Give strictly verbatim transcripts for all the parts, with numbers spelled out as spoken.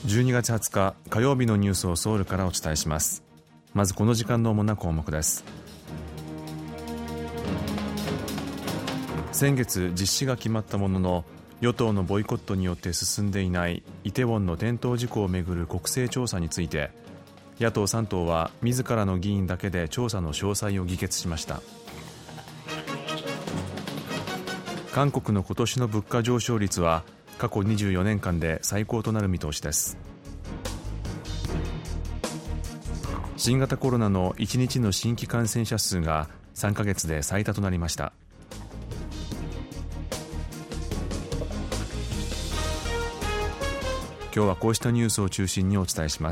じゅうにがつはつか火曜日のニュースをソウルからお伝えします。まずこの時間の主な項目です。先月実施が決まったものの与党のボイコットによって進んでいないイテウォンの転倒事故をめぐる国勢調査について、野党さん党は自らの議員だけで調査の詳細を議決しました。韓国の今年の物価上昇率は過去にじゅうよねんかんで最高となる見通しです。新型コロナのいちにちの新規感染者数がさんかげつで最多となりました。今日はこうしたニュースを中心にお伝えします。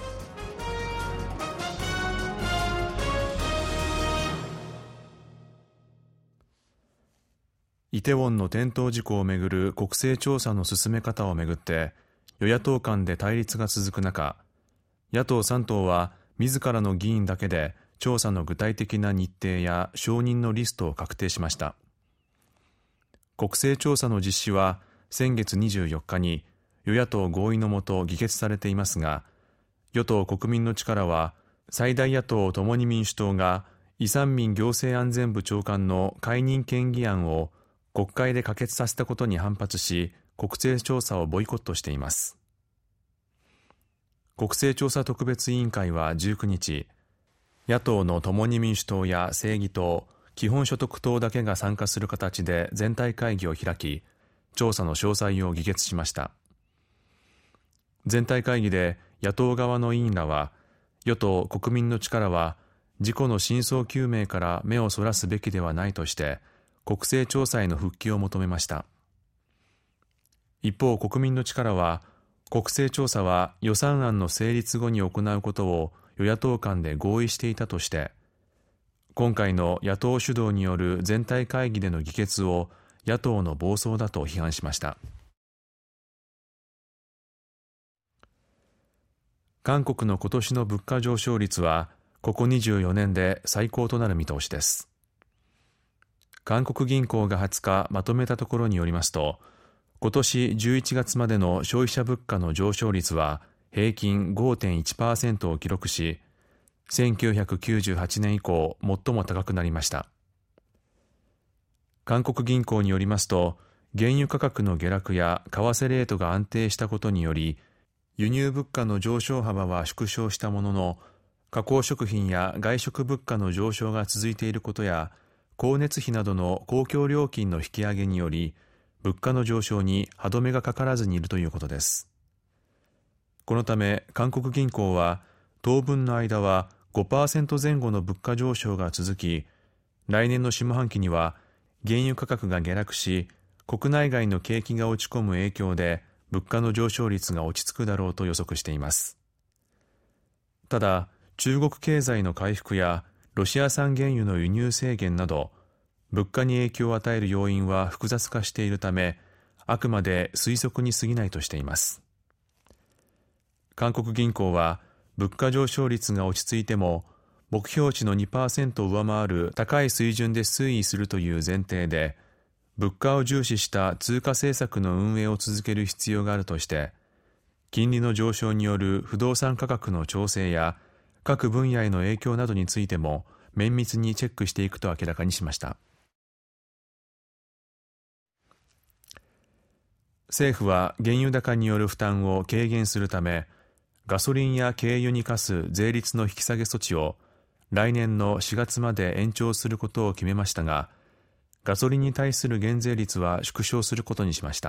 イテウォンの転倒事故をめぐる国勢調査の進め方をめぐって与野党間で対立が続く中、野党さん党は自らの議員だけで調査の具体的な日程や承認のリストを確定しました。国勢調査の実施は先月にじゅうよっかに与野党合意のもと議決されていますが、与党国民の力は最大野党共に民主党がイ・サンミン行政安全部長官の解任権議案を国会で可決させたことに反発し、国勢調査をボイコットしています。国勢調査特別委員会はじゅうくにち、野党の共に民主党や正義党、基本所得党だけが参加する形で全体会議を開き、調査の詳細を議決しました。全体会議で野党側の委員らは、与党国民の力は事故の真相究明から目をそらすべきではないとして国勢調査への復帰を求めました。一方、国民の力は国勢調査は予算案の成立後に行うことを与野党間で合意していたとして、今回の野党主導による全体会議での議決を野党の暴走だと批判しました。韓国の今年の物価上昇率はここにじゅうよねんで最高となる見通しです。韓国銀行がはつかまとめたところによりますと、今年じゅういちがつまでの消費者物価の上昇率は平均 ごてんいちパーセント を記録し、せんきゅうひゃくきゅうじゅうはちねん以降最も高くなりました。韓国銀行によりますと、原油価格の下落や為替レートが安定したことにより、輸入物価の上昇幅は縮小したものの、加工食品や外食物価の上昇が続いていることや、光熱費などの公共料金の引き上げにより、物価の上昇に歯止めがかからずにいるということです。このため韓国銀行は当分の間は ごパーセント 前後の物価上昇が続き、来年の下半期には原油価格が下落し、国内外の景気が落ち込む影響で物価の上昇率が落ち着くだろうと予測しています。ただ、中国経済の回復やロシア産原油の輸入制限など物価に影響を与える要因は複雑化しているため、あくまで推測に過ぎないとしています。韓国銀行は物価上昇率が落ち着いても目標値の にパーセント を上回る高い水準で推移するという前提で、物価を重視した通貨政策の運営を続ける必要があるとして、金利の上昇による不動産価格の調整や各分野への影響などについても綿密にチェックしていくと明らかにしました。政府は原油高による負担を軽減するため、ガソリンや軽油に課す税率の引き下げ措置を来年のしがつまで延長することを決めましたが、ガソリンに対する減税率は縮小することにしました。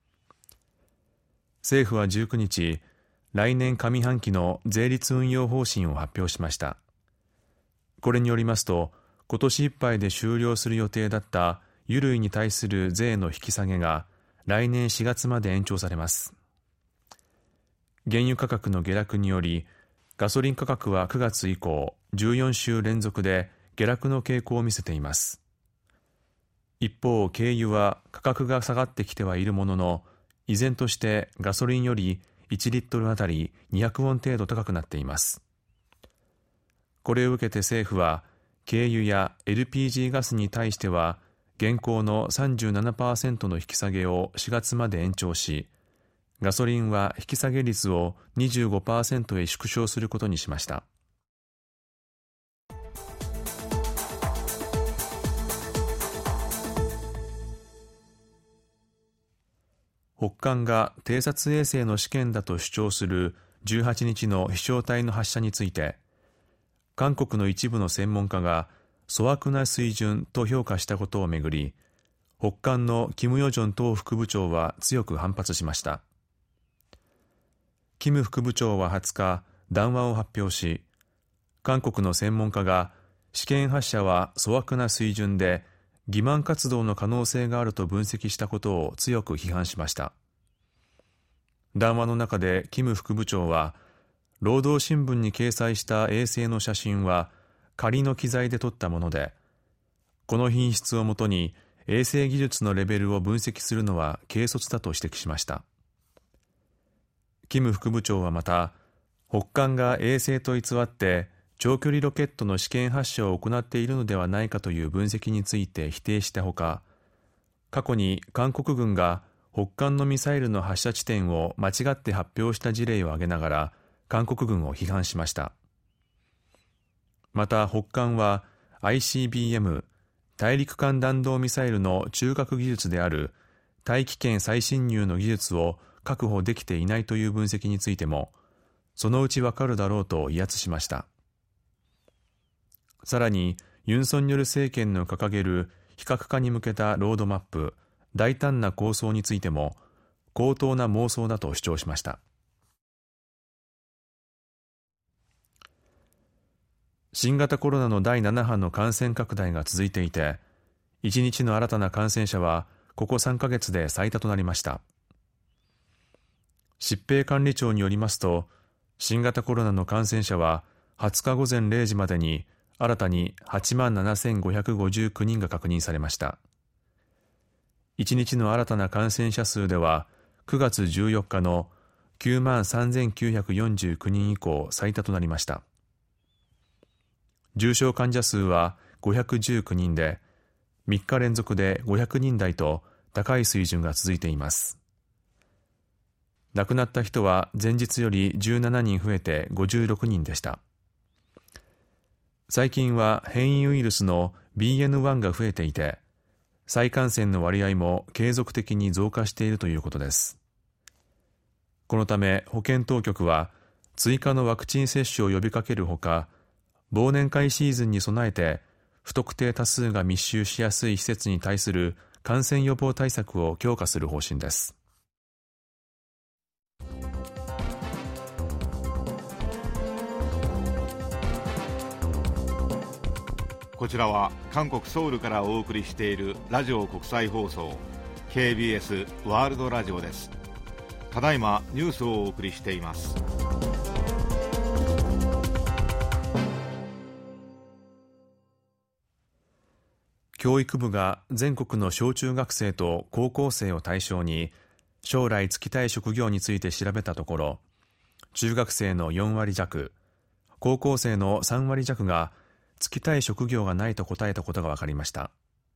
政府はじゅうくにち、来年上半期の税率運用方針を発表しました。これによりますと、今年いっぱいで終了する予定だった油類に対する税の引き下げが来年しがつまで延長されます。原油価格の下落により、ガソリン価格はくがつ以降じゅうよんしゅう連続で下落の傾向を見せています。一方、軽油は価格が下がってきてはいるものの、依然としてガソリンよりいちリットルあたりにひゃくウォン程度高くなっています。これを受けて政府は、軽油や エルピージー ガスに対しては、現行の さんじゅうななパーセント の引き下げをしがつまで延長し、 ガソリンは引き下げ率を にじゅうごパーセント へ縮小することにしました。北韓が偵察衛星の試験だと主張するじゅうはちにちの飛翔体の発射について、韓国の一部の専門家が粗悪な水準と評価したことをめぐり、北韓のキム・ヨジョン党副部長は強く反発しました。キム副部長ははつか談話を発表し、韓国の専門家が試験発射は粗悪な水準で欺瞞活動の可能性があると分析したことを強く批判しました。談話の中でキム副部長は、労働新聞に掲載した衛星の写真は仮の機材で撮ったもので、この品質をもとに衛星技術のレベルを分析するのは軽率だと指摘しました。キム副部長はまた、北韓が衛星と偽って長距離ロケットの試験発射を行っているのではないかという分析について否定したほか、過去に韓国軍が北韓のミサイルの発射地点を間違って発表した事例を挙げながら韓国軍を批判しました。また北韓は アイシービーエム 大陸間弾道ミサイルの中核技術である大気圏再侵入の技術を確保できていないという分析についても、そのうちわかるだろうと威圧しました。さらにユン・ソンニョル政権の掲げる非核化に向けたロードマップ、大胆な構想についても高等な妄想だと主張しました。新型コロナのだいなな波の感染拡大が続いていて、いちにちの新たな感染者はここさんかげつで最多となりました。疾病管理庁によりますと、新型コロナの感染者ははつかごぜんれいじまでに新たにはちまんななせんごひゃくごじゅうきゅうにんが確認されました。いちにちの新たな感染者数ではくがつじゅうよっかのきゅうまんさんぜんきゅうひゃくよんじゅうきゅうにん以降最多となりました。重症患者数はごひゃくじゅうきゅうにんで、みっか連続でごひゃくにん台と高い水準が続いています。亡くなった人は前日よりじゅうななにん増えてごじゅうろくにんでした。最近は変異ウイルスの ビーエヌワン が増えていて、再感染の割合も継続的に増加しているということです。このため保健当局は追加のワクチン接種を呼びかけるほか、忘年会シーズンに備えて不特定多数が密集しやすい施設に対する感染予防対策を強化する方針です。 こちらは韓国ソウルからお送りしているラジオ国際放送 ケービーエス ワールドラジオです。ただいまニュースをお送りしています。 教育部が全国の小中学生と高校生を対象に将来就きたい職業について調べたところ、中学生のよんわりじゃく、高校生のさんわりじゃくが就きたい職業がないと答えたことが分かりました。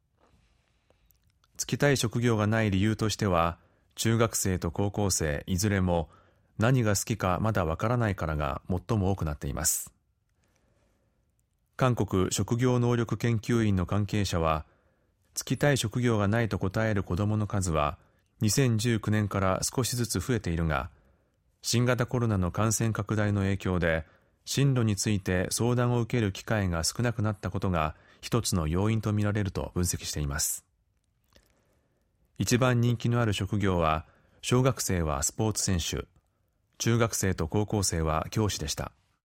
就きたい職業がない理由としては、中学生と高校生いずれも何が好きかまだ分からないからが最も多くなっています。韓国職業能力研究院の関係者は、就きたい職業がないと答える子どもの数はにせんじゅうきゅうねんから少しずつ増えているが、新型コロナの感染拡大の影響で進路について相談を受ける機会が少なくなったことが一つの要因とみられると分析しています。一番人気のある職業は、小学生はスポーツ選手、中学生と高校生は教師でした。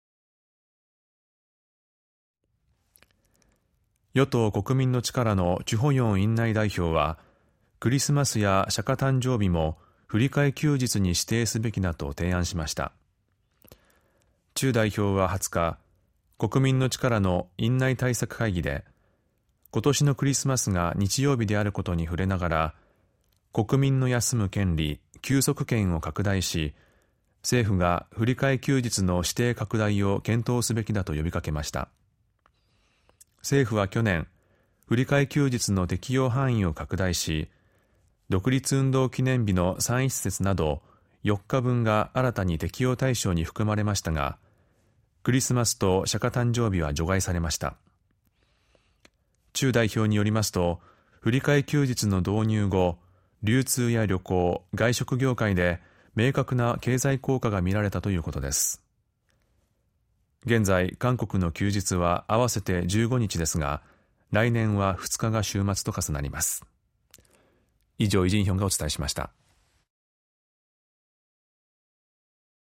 与党国民の力のチュ・ホヨン院内代表は、クリスマスや釈迦誕生日も振り替え休日に指定すべきだと提案しました。チュ代表ははつか、国民の力の院内対策会議で、今年のクリスマスが日曜日であることに触れながら、国民の休む権利、休息権を拡大し、政府が振り替え休日の指定拡大を検討すべきだと呼びかけました。政府は去年、振り替え休日の適用範囲を拡大し、独立運動記念日の三一節などよっかぶんが新たに適用対象に含まれましたが、クリスマスと釈迦誕生日は除外されました。中代表によりますと、振り替え休日の導入後、流通や旅行、外食業界で明確な経済効果が見られたということです。現在、韓国の休日は合わせてじゅうごにちですが、来年はふつかが週末と重なります。以上、イ・ジンヒョンがお伝えしました。